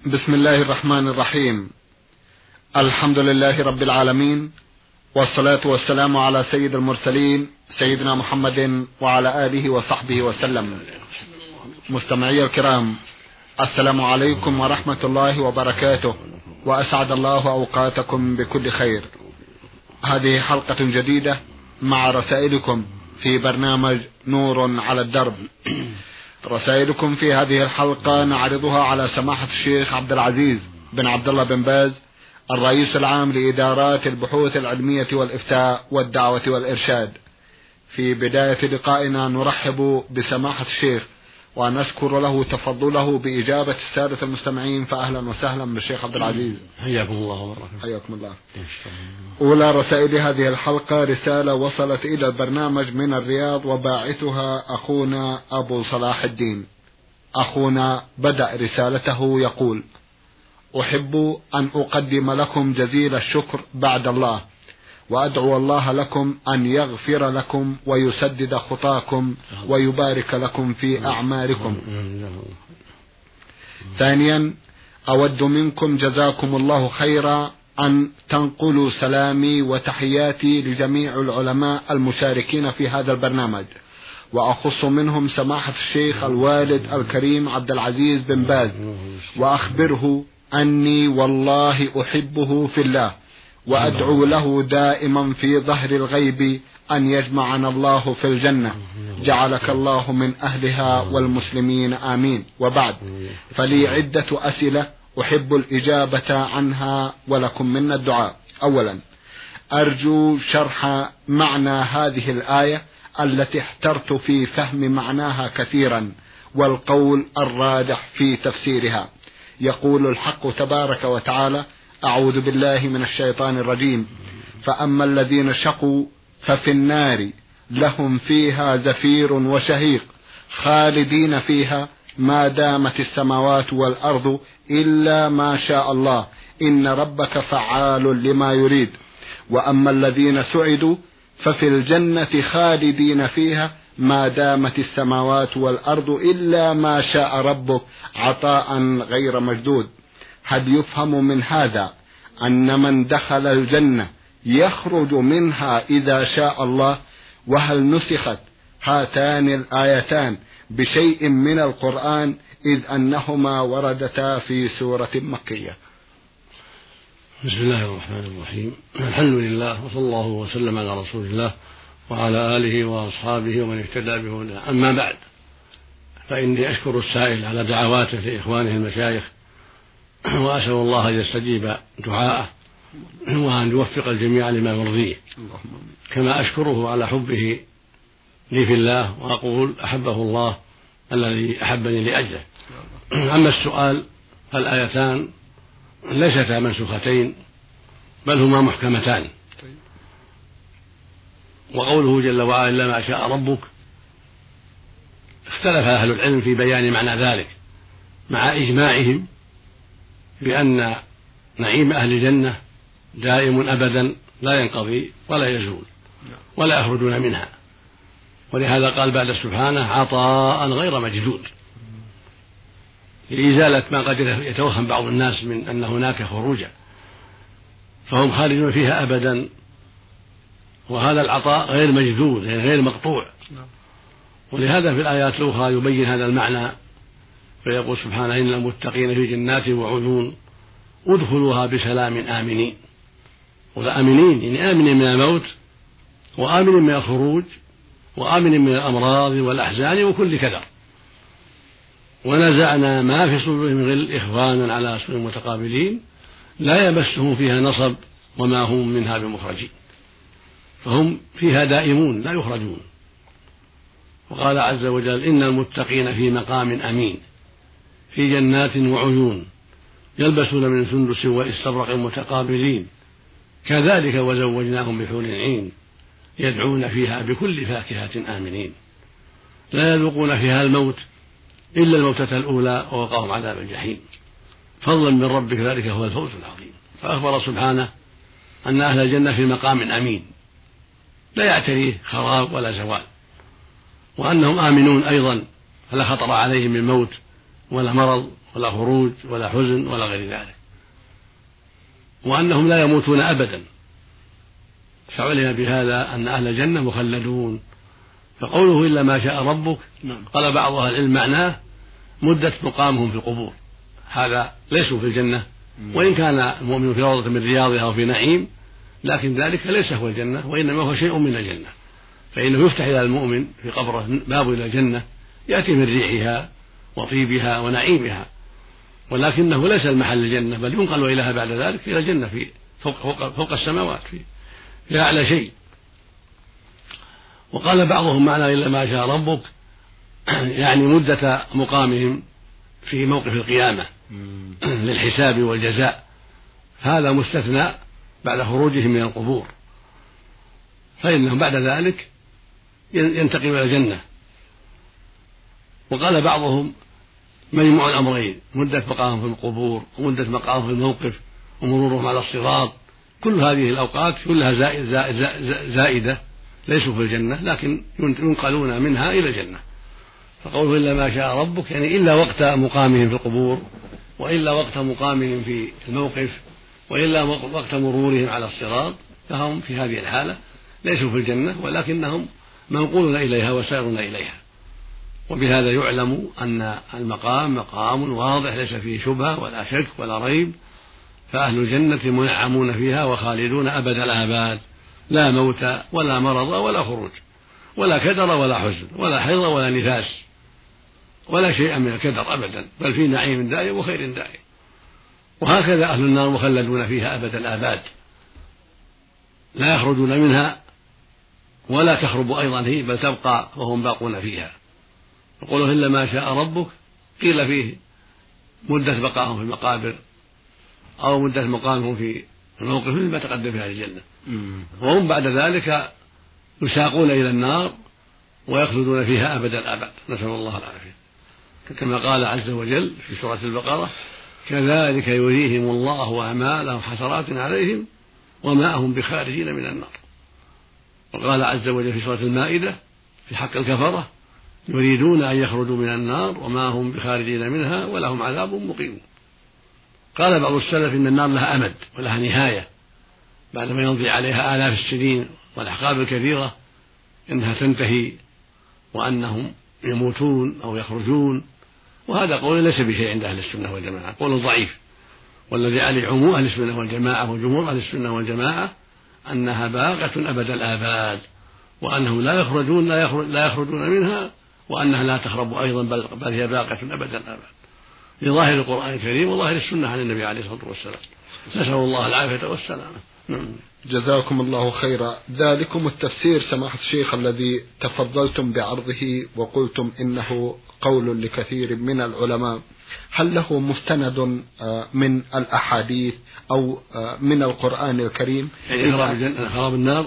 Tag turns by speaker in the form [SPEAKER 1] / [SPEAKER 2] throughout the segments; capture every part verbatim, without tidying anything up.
[SPEAKER 1] بسم الله الرحمن الرحيم. الحمد لله رب العالمين، والصلاة والسلام على سيد المرسلين سيدنا محمد وعلى آله وصحبه وسلم. مستمعي الكرام، السلام عليكم ورحمة الله وبركاته، وأسعد الله أوقاتكم بكل خير. هذه حلقة جديدة مع رسائلكم في برنامج نور على الدرب. رسائلكم في هذه الحلقة نعرضها على سماحة الشيخ عبد العزيز بن عبد الله بن باز، الرئيس العام لإدارات البحوث العلمية والإفتاء والدعوة والإرشاد. في بداية لقائنا نرحب بسماحة الشيخ ونشكر له تفضله بإجابة السادة المستمعين، فأهلا وسهلا بالشيخ عبد العزيز.
[SPEAKER 2] حياكم الله وبركاته.
[SPEAKER 1] حياكم الله. أولى رسائل هذه الحلقة رسالة وصلت إلى البرنامج من الرياض، وباعثها أخونا أبو صلاح الدين. أخونا بدأ رسالته يقول: أحب أن أقدم لكم جزيل الشكر بعد الله، وأدعو الله لكم أن يغفر لكم ويسدد خطاكم ويبارك لكم في أعمالكم. ثانيا، أود منكم جزاكم الله خيرا أن تنقلوا سلامي وتحياتي لجميع العلماء المشاركين في هذا البرنامج، وأخص منهم سماحة الشيخ الوالد الكريم عبد العزيز بن باز، وأخبره أني والله أحبه في الله، وأدعو له دائما في ظهر الغيب أن يجمعنا الله في الجنة، جعلك الله من أهلها والمسلمين آمين. وبعد، فلي عدة أسئلة أحب الإجابة عنها ولكم منا الدعاء. أولا، أرجو شرح معنى هذه الآية التي احترت في فهم معناها كثيرا، والقول الراجح في تفسيرها. يقول الحق تبارك وتعالى: أعوذ بالله من الشيطان الرجيم، فأما الذين شقوا ففي النار لهم فيها زفير وشهيق خالدين فيها ما دامت السماوات والأرض إلا ما شاء الله إن ربك فعال لما يريد. وأما الذين سعدوا ففي الجنة خالدين فيها ما دامت السماوات والأرض إلا ما شاء ربك عطاء غير مجدود. هل يفهم من هذا أن من دخل الجنة يخرج منها إذا شاء الله؟ وهل نسخت هاتان الآيتان بشيء من القرآن، إذ أنهما وردتا في سورة مكية؟
[SPEAKER 2] بسم الله الرحمن الرحيم. الحمد لله، وصلى الله وسلم على رسول الله وعلى آله وأصحابه ومن اهتدى بهداه. أما بعد، فإني أشكر السائل على دعواته لإخوانه المشايخ، وأسأل الله أن يستجيب دعاءه وأن يوفق الجميع لما يرضيه، كما أشكره على حبه لي في الله، وأقول أحبه الله الذي أحبني لأجله. أما السؤال، فالآيتان ليستا منسوختين، بل هما محكمتان. وقوله جل وعلا إلا ما شاء ربك، اختلف أهل العلم في بيان معنى ذلك، مع إجماعهم بأن نعيم أهل الجنة دائم أبدا لا ينقضي ولا يزول ولا يخرجون منها، ولهذا قال بعد سبحانه عطاء غير مجدود، لإزالة ما قد يتوهم بعض الناس من أن هناك خروجا، فهم خالدون فيها أبدا، وهذا العطاء غير مجدود يعني غير مقطوع. ولهذا في الآيات الأخرى يبين هذا المعنى، فيقول سبحانه إن المتقين في جنات وعيون ادخلوها بسلام آمنين. والآمنين يعني آمنين من الموت، وآمنين من الخروج، وآمنين من الأمراض والأحزان وكل كدر. ونزعنا ما في صدورهم من غل إخوانا على سرر متقابلين لا يمسهم فيها نصب وما هم منها بمخرجين، فهم فيها دائمون لا يخرجون. وقال عز وجل إن المتقين في مقام أمين في جنات وعيون يلبسون من سندس واستبرق متقابلين كذلك وزوجناهم بحور عين يدعون فيها بكل فاكهة آمنين لا يذوقون فيها الموت إلا الموتة الأولى ووقاهم عذاب الجحيم فضلا من ربك ذلك هو الفوز العظيم. فأخبر سبحانه أن أهل الجنة في مقام أمين لا يعتريه خراب ولا زوال، وأنهم آمنون أيضا فلا خطر عليهم من موت ولا مرض ولا خروج ولا حزن ولا غير ذلك، وأنهم لا يموتون أبدا. فعلم بهذا أن أهل الجنة مخلدون. فقوله إلا ما شاء ربك قال بعض أهل العلم معناه مدة مقامهم في القبور، هذا ليسوا في الجنة، وإن كان المؤمن في روضة من رياضها أو في نعيم، لكن ذلك ليس هو الجنة، وإنما هو شيء من الجنة. فإنه يفتح إلى المؤمن في قبره باب إلى الجنة يأتي من ريحها وطيبها ونعيمها، ولكنه ليس المحل الجنة، بل ينقل إليها بعد ذلك إلى الجنة في فوق, فوق, فوق السماوات في, في أعلى شيء. وقال بعضهم معنى إلا ما شاء ربك يعني مدة مقامهم في موقف القيامة للحساب والجزاء، هذا مستثنى بعد خروجهم من القبور، فإنهم بعد ذلك ينتقل إلى الجنة. وقال بعضهم مجموع الأمرين، مدة مقامهم في القبور ومدة مقامهم في الموقف ومرورهم على الصراط، كل هذه الأوقات كلها زائد زائد زائد زائدة، ليسوا في الجنة لكن ينقلون منها إلى الجنة. فقوله إلا ما شاء ربك يعني إلا وقت مقامهم في القبور، وإلا وقت مقامهم في الموقف، وإلا وقت مرورهم على الصراط، فهم في هذه الحالة ليسوا في الجنة ولكنهم منقولون إليها وسائرون إليها. وبهذا يعلم أن المقام مقام واضح ليس فيه شبهة ولا شك ولا ريب، فأهل الجنة منعمون فيها وخالدون أبد الآباد، لا موت ولا مرض ولا خروج ولا كدر ولا حزن ولا حيض ولا نفاس ولا شيء من الكدر أبدا، بل في نعيم دائم وخير دائم. وهكذا أهل النار مخلدون فيها أبد الآباد، لا يخرجون منها ولا تخرب أيضا هي، بل تبقى وهم باقون فيها. يقولوا إلا ما شاء ربك قيل فيه مدة بقائهم في المقابر أو مدة مقامهم في الموقف مثل ما تقدم في أهل الجنة، وهم بعد ذلك يساقون إلى النار ويخلدون فيها أبد الآباد، نسأل الله العافية. كما قال عز وجل في سورة البقرة كذلك يريهم الله أعمالهم حسرات عليهم وما هم بخارجين من النار. وقال عز وجل في سورة المائدة في حق الكفرة يريدون أن يخرجوا من النار وما هم بخارجين منها ولهم عذاب مقيم. قال بعض السلف إن النار لها أمد ولها نهاية، بعدما يمضي عليها آلاف السنين والأحقاب الكثيرة إنها تنتهي وأنهم يموتون أو يخرجون، وهذا قول ليس بشيء عند أهل السنة والجماعة، قول ضعيف. والذي عليه عموم أهل السنة والجماعة وجمهور أهل السنة والجماعة أنها باقة أبد الآباد، وأنهم لا يخرجون لا, يخرج لا يخرجون منها، وأنها لا تخرب أيضا بل, بل هي باقة أبد الآباد لظاهر القرآن الكريم وظاهر السنة عن النبي عليه الصلاة والسلام. نسأل الله العافية والسلامة.
[SPEAKER 1] جزاكم الله خيرا. ذلكم التفسير سماحة الشيخ الذي تفضلتم بعرضه وقلتم إنه قول لكثير من العلماء، هل له مستند من الأحاديث أو من القرآن الكريم؟
[SPEAKER 2] يعني خراب النار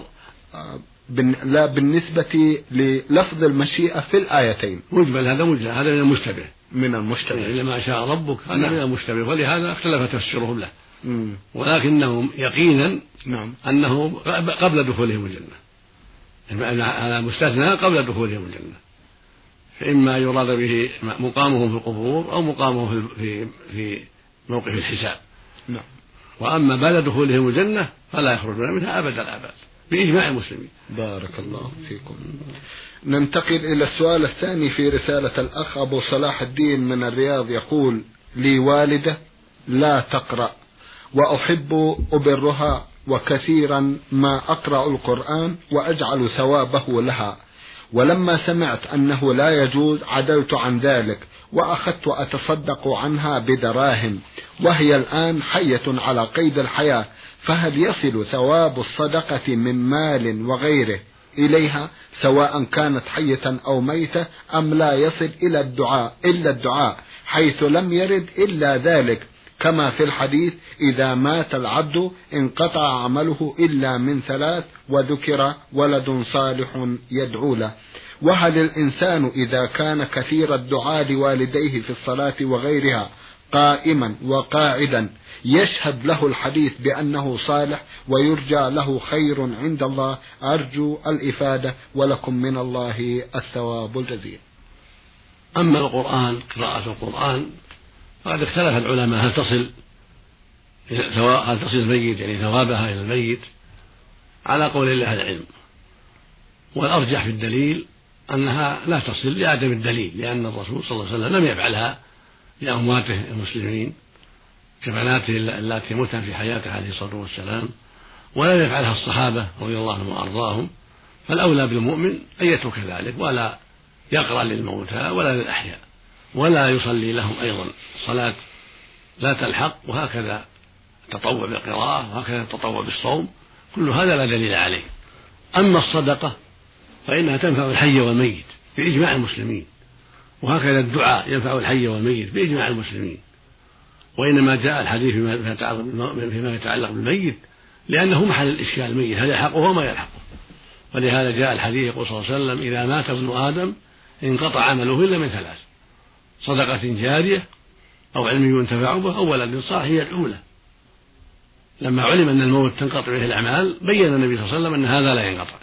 [SPEAKER 1] لا، بالنسبة للفظ المشيئة في الآيتين
[SPEAKER 2] مجمل، هذا مجمل، هذا من المشتبه
[SPEAKER 1] من المشتبه
[SPEAKER 2] يعني ما شاء ربك هذا نعم. من المشتبه، ولهذا اختلف تفسيرهم له، مم. ولكنهم يقينا نعم. أنه قبل دخولهم الجنة، هذا مستثنى قبل دخولهم الجنة، فإما يراد به مقامهم في القبور أو مقامهم في في موقف الحساب، نعم. وأما بعد دخولهم الجنة فلا يخرجون منها أبد الآباد بإجماع المسلمين.
[SPEAKER 1] بارك الله فيكم. ننتقل إلى السؤال الثاني في رسالة الأخ أبو صلاح الدين من الرياض، يقول لي والدة لا تقرأ وأحب أبرها وكثيرا ما أقرأ القرآن وأجعل ثوابه لها، ولما سمعت أنه لا يجوز عدلت عن ذلك وأخذت أتصدق عنها بدراهم، وهي الآن حية على قيد الحياة، فهل يصل ثواب الصدقة من مال وغيره إليها سواء كانت حية أو ميتة أم لا يصل إلى الدعاء إلا الدعاء حيث لم يرد إلا ذلك، كما في الحديث إذا مات العبد انقطع عمله إلا من ثلاث وذكر ولد صالح يدعو له؟ وهل الإنسان إذا كان كثير الدعاء لوالديه في الصلاة وغيرها قائما وقاعدا يشهد له الحديث بأنه صالح ويرجى له خير عند الله؟ أرجو الإفادة ولكم من الله الثواب الجزيل.
[SPEAKER 2] أما القرآن، قراءة القرآن فقد اختلف العلماء هل تصل هل تصل الميت يعني ثوابها إلى الميت على قول الله العلم، والأرجح في الدليل أنها لا تصل لعدم الدليل، لأن الرسول صلى الله عليه وسلم لم يفعلها لأمواته المسلمين كبناته اللاتي متن في حياته عليه الصلاة والسلام، ولم يفعلها الصحابة رضي الله عنهم وأرضاهم، فالأولى بالمؤمن أن يترك ذلك ولا يقرأ للموتى ولا للأحياء ولا يصلي لهم أيضا صلاة لا تلحق، وهكذا تطوع بالقراءة وهكذا التطوع بالصوم، كل هذا لا دليل عليه. أما الصدقة فإنها تنفع الحي والميت بإجماع المسلمين، وهكذا الدعاء ينفع الحي والميت بإجماع المسلمين، وإنما جاء الحديث فيما يتعلق بالميت لأنه محل الإشكال، الميت هل يلحقه وما يلحقه، ولهذا جاء الحديث يقول صلى الله عليه وسلم إذا مات ابن آدم انقطع عمله إلا من ثلاث: صدقة جارية أو علم ينتفع به أو ولد صالح. هي الأولى. لما علم أن الموت تنقطع به الأعمال بين النبي صلى الله عليه وسلم أن هذا لا ينقطع.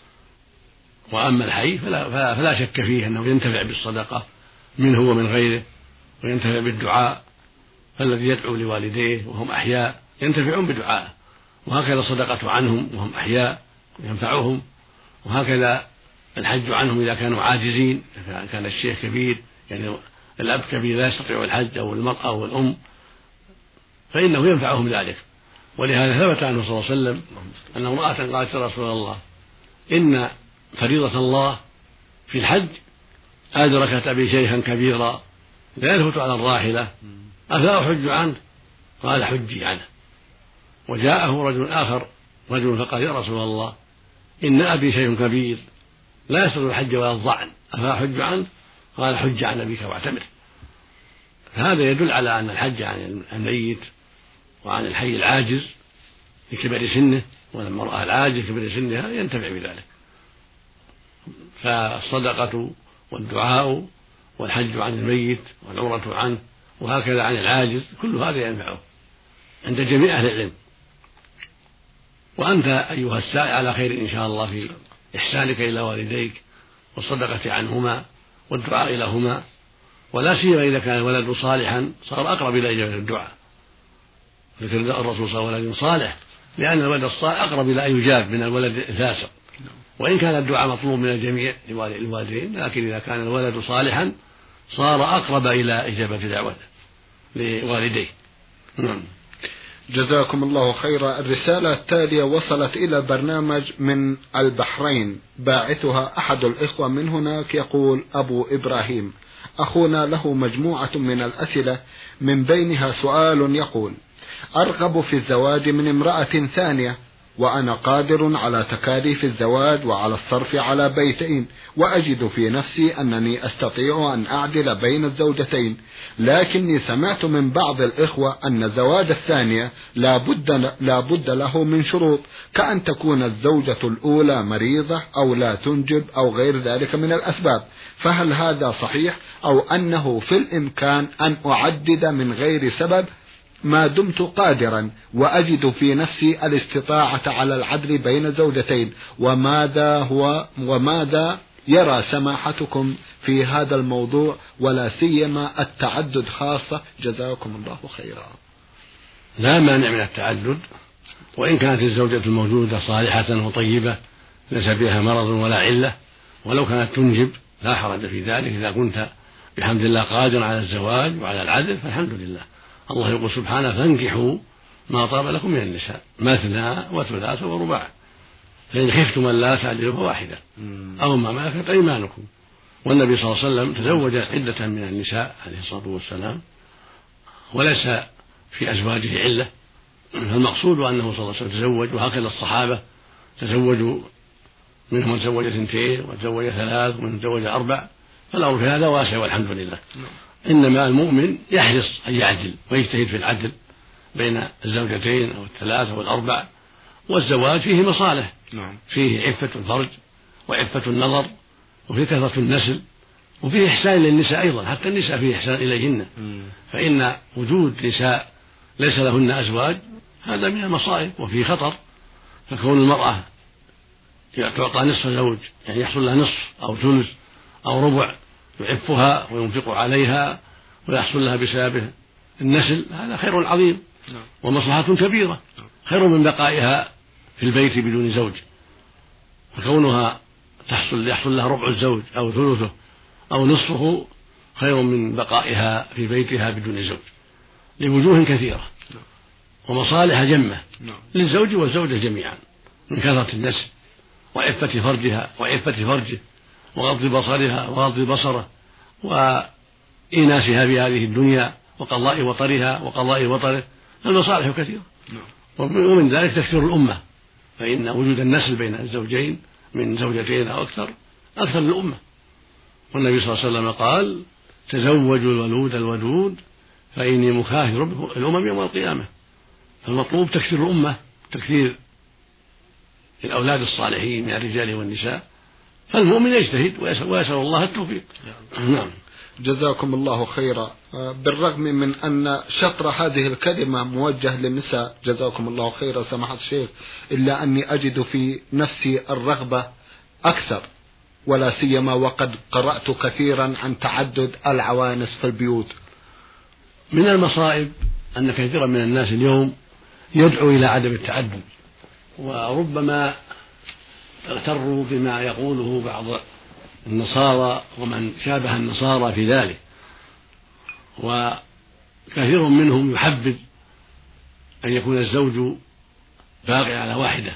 [SPEAKER 2] وأما الحي فلا, فلا, فلا شك فيه أنه ينتفع بالصدقة منه ومن غيره، وينتفع بالدعاء، فالذي يدعو لوالديه وهم أحياء ينتفعون بدعائه، وهكذا الصدقة عنهم وهم أحياء ينفعهم، وهكذا الحج عنهم إذا كانوا عاجزين، إذا كان الشيخ كبير يعني الأب كبير لا يستطيع الحج أو المرأة أو الأم فإنه ينفعهم ذلك. ولهذا ثبت عنه صلى الله عليه وسلم أن امرأة قالت يا رسول الله إن فريضة الله في الحج أدركت أبي شيخا كبيرا لا يثبت على الراحلة أفلا أحج عنه؟ قال حجي عنه. وجاءه رجل آخر رجل فقال يا رسول الله إن أبي شيخ كبير لا يستطيع الحج ولا الظعن أفلا أحج عنه؟ قال حج عن أبيك واعتمر. هذا يدل على أن الحج عن الميت وعن الحي العاجز لكبر سنه والمرأة العاجز لكبر سنها ينتفع بذلك. فالصدقة والدعاء والحج عن الميت والعمرة عنه وهكذا عن العاجز كل هذا ينفعه عند جميع أهل العلم. وأنت أيها السائل على خير إن شاء الله في إحسانك إلى والديك والصدقة عنهما والدعاء لهما، ولا سيما إذا كان الولد صالحا صار أقرب إلى إجابة الدعاء. ذكر الرسول صلى الله عليه وسلم صالح لأن الولد الصالح أقرب إلى أن يجاب من الولد الفاسق، وإن كان الدعاء مطلوب من الجميع للوالدين، لكن إذا كان الولد صالحا صار أقرب إلى إجابة دعوته لوالديه. نعم.
[SPEAKER 1] جزاكم الله خيرا. الرسالة التالية وصلت إلى البرنامج من البحرين، باعثها أحد الإخوة من هناك، يقول أبو إبراهيم: أخونا له مجموعة من الأسئلة من بينها سؤال يقول: أرغب في الزواج من امرأة ثانية وأنا قادر على تكاليف الزواج وعلى الصرف على بيتين، وأجد في نفسي أنني أستطيع أن أعدل بين الزوجتين، لكني سمعت من بعض الإخوة أن الزواج الثانية لا بد, لا بد له من شروط، كأن تكون الزوجة الأولى مريضة أو لا تنجب أو غير ذلك من الأسباب، فهل هذا صحيح أو أنه في الإمكان أن أعدد من غير سبب ما دمت قادرا وأجد في نفسي الاستطاعة على العدل بين زوجتين؟ وماذا هو وماذا يرى سماحتكم في هذا الموضوع ولا سيما التعدد خاصة؟ جزاكم الله خيرا.
[SPEAKER 2] لا مانع من التعدد، وإن كانت الزوجة الموجودة صالحة وطيبة ليس بها مرض ولا علة، ولو كانت تنجب لا حرج في ذلك إذا كنت بحمد الله قادر على الزواج وعلى العدل فالحمد لله. الله يقول سبحانه: فانكحوا ما طاب لكم من النساء مثنى وثلاث ورباع فإن خفتم ألا تعدلوا فواحدة أو ما ملكت أيمانكم. والنبي صلى الله عليه وسلم تزوج عدة من النساء عليه الصلاة والسلام وليس في أزواجه علة، فالمقصود أنه صلى الله عليه وسلم تزوج، وهكذا الصحابة تزوجوا، منهم من تزوج اثنتين وتزوج ثلاث ومن تزوج أربع، فالأمر في هذا واسع والحمد لله. إنما المؤمن يحرص أن يعدل ويجتهد في العدل بين الزوجتين أو الثلاثة والأربع، والزواج فيه مصالح، فيه عفة الفرج وعفة النظر وفيه كثرة النسل وفيه إحسان للنساء أيضا، حتى النساء فيه إحسان إليهن، فإن وجود نساء ليس لهن أزواج هذا من المصائب وفيه خطر. فكون المرأة تعطى نصف زوج يعني يحصل لها نصف أو ثلث أو ربع يعفها وينفق عليها ويحصل لها بسببه النسل هذا خير عظيم ومصلحة كبيرة، خير من بقائها في البيت بدون زوج، فكونها تحصل يحصل لها ربع الزوج أو ثلثه أو نصفه خير من بقائها في بيتها بدون زوج لوجوه كثيرة ومصالح جمة للزوج والزوجة جميعا، من كثرة النسل وعفة فرجها وعفة فرجه وغض بصرها وغض بصره وإيناسها في هذه الدنيا وقضاء وطرها وقضاء وطره، المصالح كثيرة. ومن ذلك تكثر الأمة، فإن وجود النسل بين الزوجين من زوجتين أو أكثر أكثر للأمة. والنبي صلى الله عليه وسلم قال: تزوجوا الولود الودود فإني مكاثر الأمم يوم القيامة. فالمطلوب تكثير الأمة، تكثير الأولاد الصالحين من الرجال والنساء، فالمؤمن يجتهد ويسأل الله التوفيق. نعم.
[SPEAKER 1] جزاكم الله خيرا. بالرغم من أن شطر هذه الكلمة موجه للنساء جزاكم الله خيرا سماحة الشيخ، إلا أني أجد في نفسي الرغبة أكثر، ولا سيما وقد قرأت كثيرا عن تعدد العوانس في البيوت.
[SPEAKER 2] من المصائب أن كثيرا من الناس اليوم يدعو إلى عدم التعدد، وربما اغتروا بما يقوله بعض النصارى ومن شابه النصارى في ذلك، وكثير منهم يحبذ أن يكون الزوج باقي على واحدة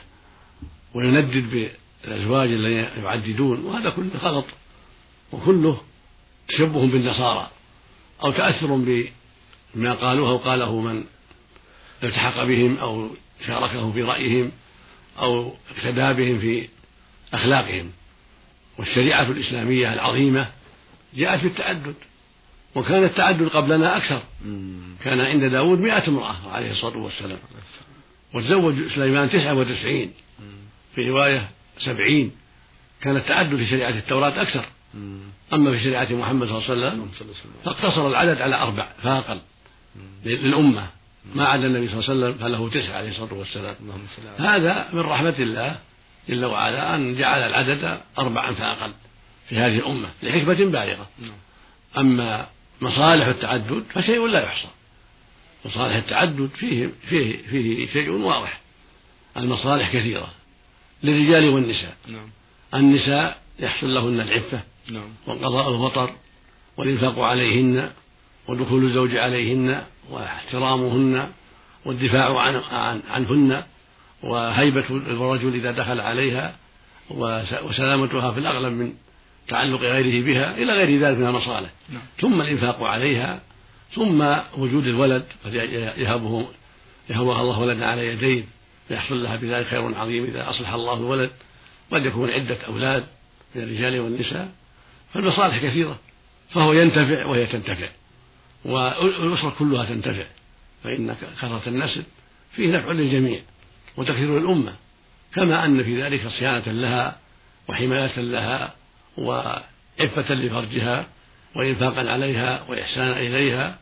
[SPEAKER 2] ويندد بالأزواج الذين يعددون، وهذا كله غلط وكله تشبه بالنصارى أو تأثر بما قالوه أو قاله من التحق بهم أو شاركه في رأيهم أو اقتدى بهم في أخلاقهم. والشريعة الإسلامية العظيمة جاءت بالتعدد، وكان التعدد قبلنا أكثر، كان عند داود مئة امرأة عليه الصلاة والسلام، وتزوج سليمان تسعة وتسعين، في رواية سبعين. كان التعدد في شريعة التوراة أكثر، أما في شريعة محمد صلى الله عليه وسلم فاقتصر العدد على أربع فأقل للأمة، ما عدا النبي صلى الله عليه وسلم فله تسعة عليه الصلاة والسلام. هذا من رحمة الله جل وعلا أن جعل العدد أربعا فأقل في هذه الأمة لحكمة بالغة. أما مصالح التعدد فشيء لا يحصى، مصالح التعدد فيه, فيه, فيه شيء واضح، المصالح كثيرة للرجال والنساء. النساء يحصل لهن العفة وقضاء الوطر والإنفاق عليهن ودخول الزوج عليهن واحترامهن والدفاع عن عن عنهن وهيبة الرجل إذا دخل عليها وسلامتها في الأغلب من تعلق غيره بها إلى غير ذلك من المصالح. نعم. ثم الإنفاق عليها، ثم وجود الولد قد يهبه يهبها الله ولدا على يديه فيحصل لها بذلك خير عظيم إذا أصلح الله الولد، قد يكون عدة أولاد من الرجال والنساء، فالمصالح كثيرة، فهو ينتفع وهي تنتفع والأسرة كلها تنتفع، فإن كثرة النسل فيه نفع للجميع وتكثير الأمة، كما أن في ذلك صيانة لها وحماية لها وعفة لفرجها وإنفاقا عليها وإحسانا إليها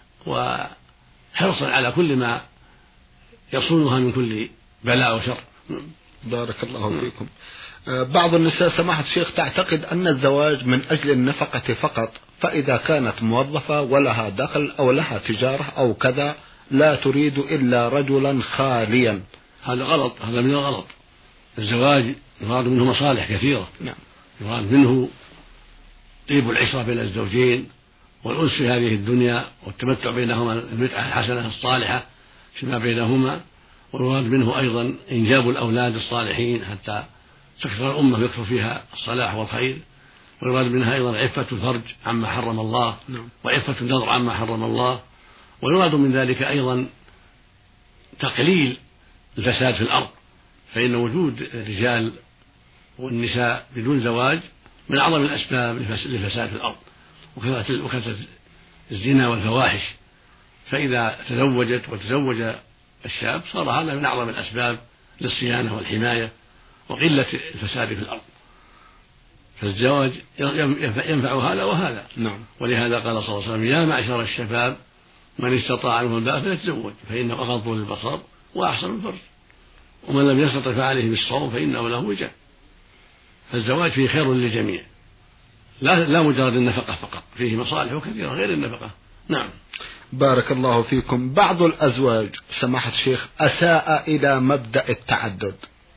[SPEAKER 2] وحرصا على كل ما يصونها من كل بلاء وشر.
[SPEAKER 1] بارك الله فيكم. بعض النساء سماحة الشيخ تعتقد أن الزواج من أجل النفقة فقط، فإذا كانت موظفة ولها دخل أو لها تجارة أو كذا لا تريد إلا رجلا خاليا.
[SPEAKER 2] هذا غلط، هذا من الغلط. الزواج يراد منه مصالح كثيرة. نعم. يراد منه طيب العشرة بين الزوجين والأنس في هذه الدنيا والتمتع بينهما المتعة الحسنة الصالحة فيما بينهما، ويراد منه أيضا إنجاب الأولاد الصالحين حتى تكثر الأمة ويكثر فيها الصلاح والخير، ويراد منها أيضا عفة الفرج عما حرم الله وعفة النظر عما حرم الله، ويراد من ذلك أيضا تقليل الفساد في الأرض، فإن وجود الرجال والنساء بدون زواج من أعظم الأسباب للفساد في الأرض وكثرة الزنا والفواحش، فإذا تزوجت وتزوج الشاب صار هذا من أعظم الأسباب للصيانة والحماية وقلة الفساد في الأرض، فالزواج ينفع هذا وهذا. نعم. ولهذا قال صلى الله عليه وسلم: يا معشر الشباب من استطاع منه الباء فليتزوج فإنه أغض للبصر وأحسن الفرج، ومن لم يستطع فعليه بالصوم فإنه له وجاء. فالزواج فيه خير للجميع، لا لا مجرد النفقة فقط، فيه مصالح كثيرة غير النفقة. نعم.
[SPEAKER 1] بارك الله فيكم. بعض الأزواج سماحة الشيخ أساء إلى مبدأ التعدد.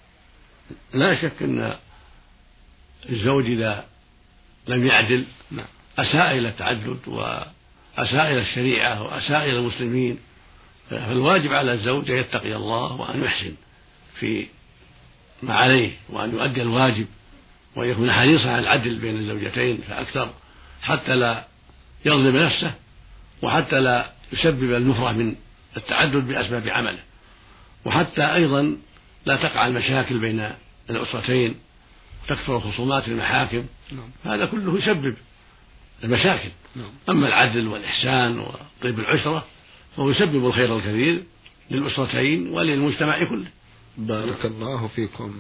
[SPEAKER 2] لا شك أن الزوج إذا لم يعدل أساء إلى التعدد وأساء إلى الشريعة وأساء إلى المسلمين. فالواجب على الزوج أن يتقي الله وأن يحسن في ما عليه وأن يؤدي الواجب وأن يكون حريصا على العدل بين الزوجتين فأكثر حتى لا يظلم نفسه وحتى لا يسبب النفرة من التعدد بأسباب عمله وحتى أيضا لا تقع المشاكل بين الأسرتين وتكثر الخصومات في المحاكم. هذا كله يسبب المشاكل. أما العدل والإحسان وطيب العشرة فهو يسبب الخير الكثير للأسرتين وللمجتمع كله.
[SPEAKER 1] بارك الله فيكم.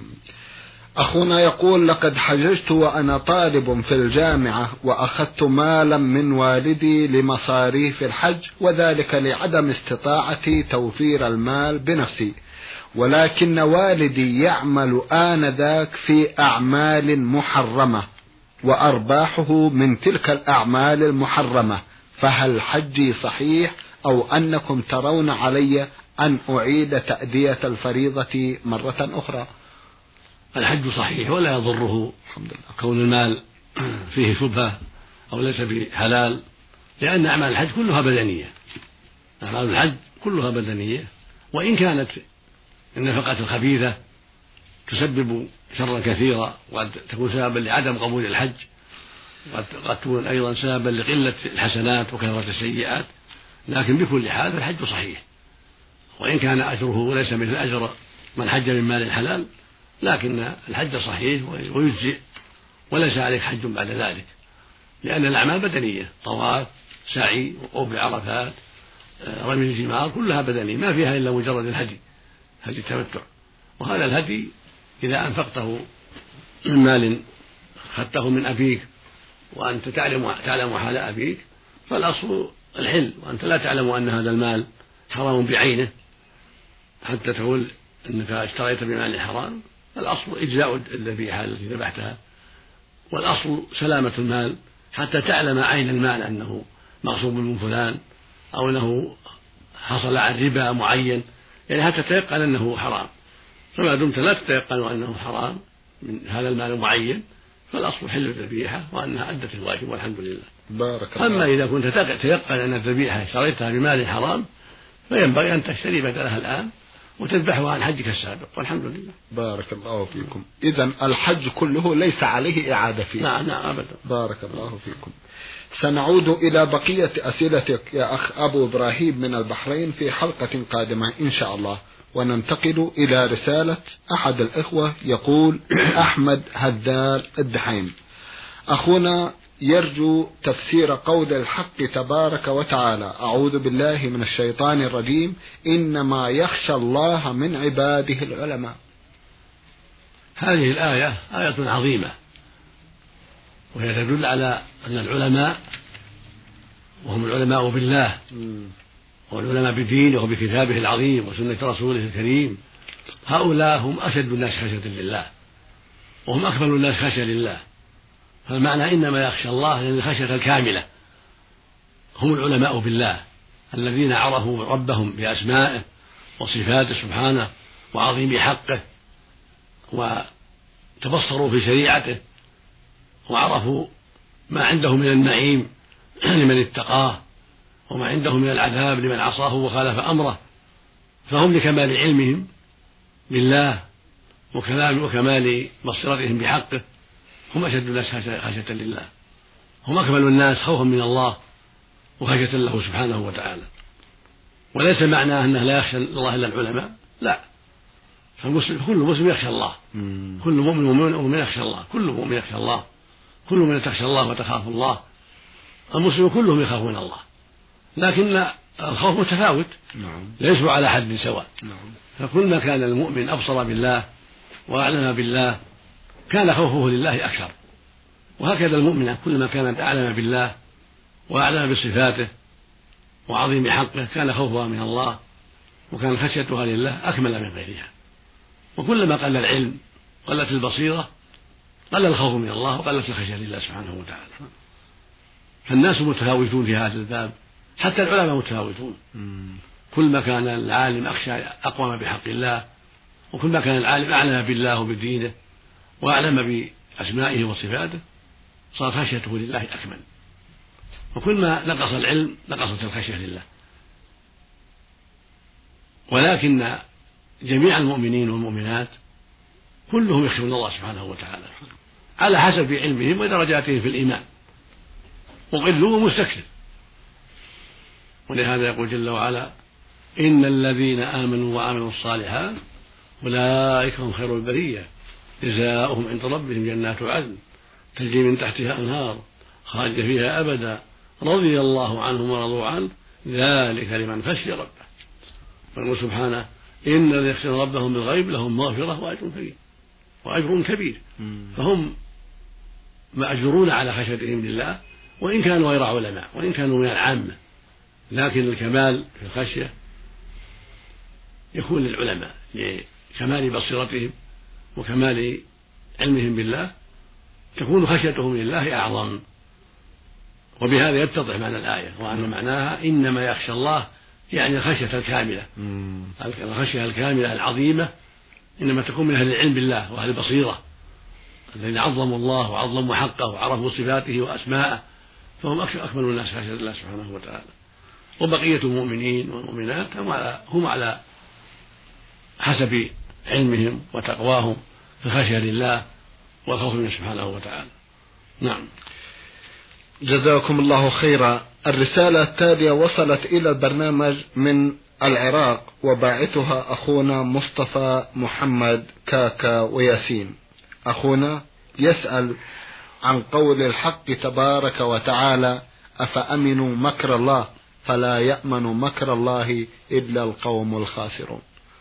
[SPEAKER 1] أخونا يقول: لقد حججت وأنا طالب في الجامعة وأخذت مالا من والدي لمصاريف الحج وذلك لعدم استطاعتي توفير المال بنفسي، ولكن والدي يعمل آنذاك في أعمال محرمة وأرباحه من تلك الأعمال المحرمة، فهل حجي صحيح أو أنكم ترون علي أن أعيد تأدية الفريضة مرة أخرى؟
[SPEAKER 2] الحج صحيح ولا يضره الحمد لله كون المال فيه شبهة أو ليس بحلال، لأن أعمال الحج كلها بدنية. أعمال الحج كلها بدنية، وإن كانت النفقة الخبيثة تسبب شرا كثيرا وقد تكون سببا لعدم قبول الحج وقد تكون أيضا سببا لقلة الحسنات وكثرة السيئات، لكن بكل حال فالحج صحيح، وإن كان أجره ليس مثل أجر من حج من مال الحلال، لكن الحج صحيح ويجزئ وليس عليك حج بعد ذلك، لأن الأعمال بدنية، طواف، سعي، وقوف بعرفات، رمي الجمار، كلها بدنية ما فيها إلا مجرد الهدي، هدي التمتع. وهذا الهدي إذا أنفقته من مال أخذته من أبيك وأنت تعلم تعلم حال أبيك فالأصل الحل، وأنت لا تعلم أن هذا المال حرام بعينه حتى تقول أنك اشتريت بمال حرام، الأصل إجزاء الذبيحة التي ذبحتها، والأصل سلامة المال حتى تعلم عين المال أنه مغصوب من فلان أو أنه حصل عن ربا معين، يعني حتى تتيقن أنه حرام. فما دمت لا تتيقن أنه حرام من هذا المال المعين فالأصل حل الذبيحة وأنها أدت الواجب والحمد لله.
[SPEAKER 1] بارك الله.
[SPEAKER 2] أما إذا كنت تتيقن أن الذبيحة اشتريتها بمال حرام فينبغي أن تشتري بدلها الآن وتذبحها عن حجك السابق والحمد لله.
[SPEAKER 1] بارك الله فيكم. إذن الحج كله ليس عليه إعادة فيه؟
[SPEAKER 2] نعم نعم أبدا.
[SPEAKER 1] بارك الله فيكم. سنعود إلى بقية أسئلتك يا أخ أبو إبراهيم من البحرين في حلقة قادمة إن شاء الله، وننتقل إلى رسالة أحد الإخوة يقول: أحمد هذال الدحيم. أخونا يرجو تفسير قول الحق تبارك وتعالى: أعوذ بالله من الشيطان الرجيم، إنما يخشى الله من عباده العلماء.
[SPEAKER 2] هذه الآية آية عظيمة، وهي تدل على أن العلماء وهم العلماء بالله والعلماء بدينه وبكتابه العظيم وسنة رسوله الكريم، هؤلاء هم أشد الناس خشية لله وهم أكمل الناس خشية لله. فالمعنى إنما يخشى الله لأن الخشية الكاملة هم العلماء بالله الذين عرفوا ربهم بأسمائه وصفاته سبحانه وعظيم حقه وتبصروا في شريعته وعرفوا ما عنده من النعيم لمن اتقاه وما عنده من العذاب لمن عصاه وخالف أمره، فهم لكمال علمهم بالله وكمال بصيرتهم بحقه هم أشد الناس خشية لله، هم أكمل الناس خوفا من الله وخشية له سبحانه وتعالى. وليس معناه أنه لا يخشى الله إلا العلماء، لا، فالمسلم كل مسلم يخشى الله، كل مؤمن ومؤمن يخشى الله، كل مؤمن يخشى الله، كل من تخشى الله وتخاف الله. المسلم كلهم يخافون الله، لكن الخوف متفاوت، ليسوا على حد سواء. فكل ما كان المؤمن أبصر بالله وأعلم بالله كان خوفه لله أكثر، وهكذا المؤمن كلما كانت أعلم بالله وأعلم بصفاته وعظيم حقه كان خوفها من الله وكان خشيتها لله أكمل من غيرها. وكلما قل العلم قلت البصيرة قل الخوف من الله وقلت الخشية لله سبحانه وتعالى. فالناس متفاوتون في هذا الباب حتى العلماء متفاوتون، كل ما كان العالم أخشى أقوم بحق الله، وكل ما كان العالم أعلم بالله وبدينه وأعلم بأسمائه وصفاته صارت خشيته لله أكمل، وكل ما نقص العلم نقصت الخشية لله. ولكن جميع المؤمنين والمؤمنات كلهم يخشون الله سبحانه وتعالى على حسب علمهم ودرجاتهم في الإيمان، مقل ومستكثر. ولهذا يقول جل وعلا: إن الذين آمنوا وعملوا الصالحات أولئك هم خير البرية جزاؤهم عند ربهم جنات عدن تجري من تحتها أنهار خالد فيها أبدا رضي الله عنهم ورضوا عنه ذلك لمن خشي ربه. ويقول سبحانه: إن الذين يخشون ربهم بالغيب لهم مغفرة وأجر كبير وأجر كبير. فهم مأجرون على خشيتهم لله وإن كانوا غير علماء وإن كانوا من العامة، لكن الكمال في الخشية يكون للعلماء لكمال بصيرتهم وكمال علمهم بالله، تكون خشيتهم لله أعظم. وبهذا يتضح معنى الآية، وأن معناها إنما يخشى الله يعني الخشية الكاملة، الخشية الكاملة العظيمة إنما تكون من أهل العلم بالله وأهل البصيرة الذين عظموا الله وعظموا حقه وعرفوا صفاته وأسماءه، فهم أكمل الناس خشية الله سبحانه وتعالى. وبقية المؤمنين والمؤمنات هم على, هم على حسب علمهم وتقواهم في الخشية لله والخوف منه سبحانه وتعالى. نعم.
[SPEAKER 1] جزاكم الله خيرا. الرسالة التالية وصلت إلى البرنامج من العراق، وباعثها أخونا مصطفى محمد كاكا وياسين. أخونا يسأل عن قول الحق تبارك وتعالى: أفأمنوا مكر الله فلا يأمن مكر الله إلا القوم الخاسرون.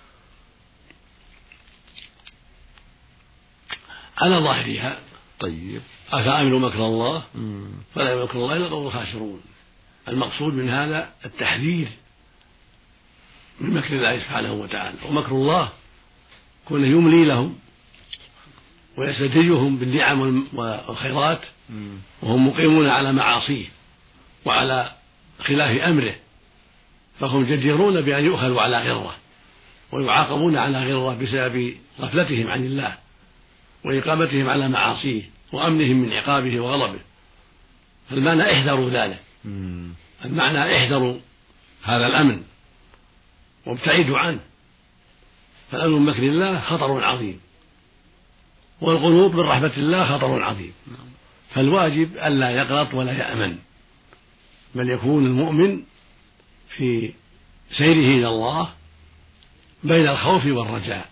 [SPEAKER 2] على ظاهرها
[SPEAKER 1] طيب
[SPEAKER 2] أفأمنوا مكر الله فلا يأمن مكر الله إلا القوم الخاسرون. المقصود من هذا التحذير من مكر الله سبحانه وتعالى، ومكر الله كونه يملي لهم ويستدرجهم بالنعم والخيرات وهم مقيمون على معاصيه وعلى خلاف أمره، فهم جديرون بأن يؤخذوا على غرة ويعاقبون على غرة بسبب غفلتهم عن الله وإقامتهم على معاصيه وأمنهم من عقابه وغضبه. فالمعنى احذروا ذلك، المعنى احذروا هذا الأمن وابتعدوا عنه، فالأمن من مكر الله خطر عظيم، والقنوط من رحمة الله خطر عظيم. فالواجب ألا يقنط ولا يأمن، بل يكون المؤمن في سيره إلى الله بين الخوف والرجاء،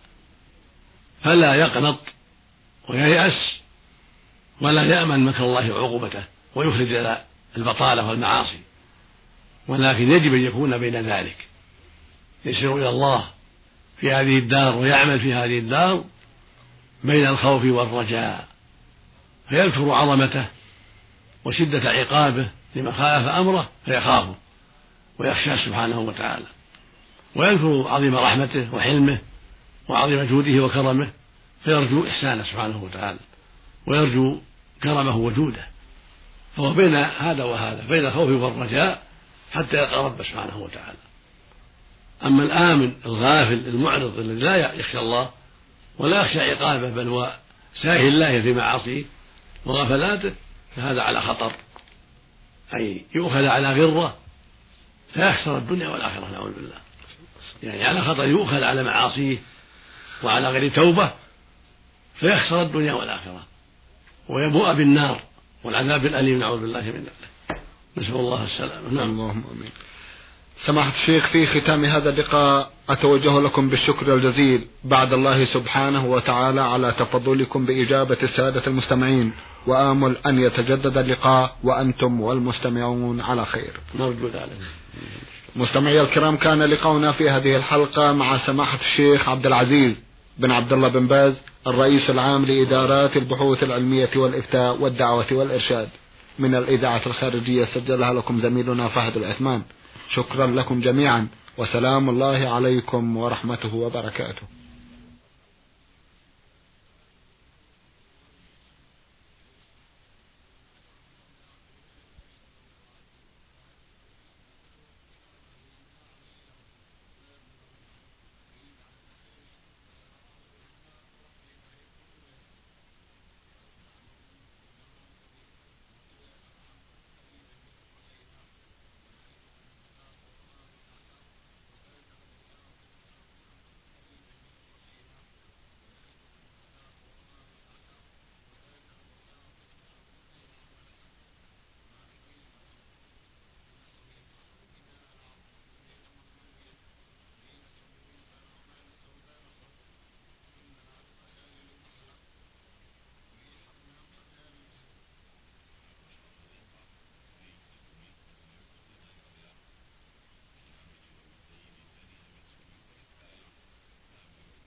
[SPEAKER 2] فلا يقنط وييأس ولا يأمن مكر الله وعقوبته ويخرج إلى البطالة والمعاصي، ولكن يجب أن يكون بين ذلك، يسير إلى الله في هذه الدار ويعمل في هذه الدار بين الخوف والرجاء، فيذكر عظمته وشدة عقابه لمن خالف أمره فيخافه ويخشى سبحانه وتعالى، ويذكر عظيم رحمته وحلمه وعظيم جوده وكرمه فيرجو إحسانه سبحانه وتعالى ويرجو كرمه وجوده. فهو بين هذا وهذا، بين الخوف والرجاء حتى يلقى ربه سبحانه وتعالى. أما الآمن الغافل المعرض الذي لا يخشى الله ولا يخشى عقابه بل هو ساهي الله في معاصيه وغفلاته، فهذا على خطر، أي يؤخذ على غرة فيخسر الدنيا والآخرة نعوذ بالله، يعني على خطر يؤخذ على معاصيه وعلى غير توبة فيخسر الدنيا والآخرة ويبوء بالنار والعذاب الأليم نعوذ بالله من ذلك، نسأل الله السلامة. نعم.
[SPEAKER 1] اللهم آمين. سماحة الشيخ، في ختام هذا اللقاء أتوجه لكم بالشكر الجزيل بعد الله سبحانه وتعالى على تفضلكم بإجابة السادة المستمعين، وآمل أن يتجدد اللقاء وأنتم والمستمعون على خير.
[SPEAKER 2] نرجو ذلك.
[SPEAKER 1] مستمعي الكرام، كان لقاؤنا في هذه الحلقة مع سماحة الشيخ عبد العزيز بن عبد الله بن باز، الرئيس العام لإدارات البحوث العلمية والإفتاء والدعوة والإرشاد، من الإذاعة الخارجية، سجلها لكم زميلنا فهد العثمان. شكرا لكم جميعا، وسلام الله عليكم ورحمته وبركاته.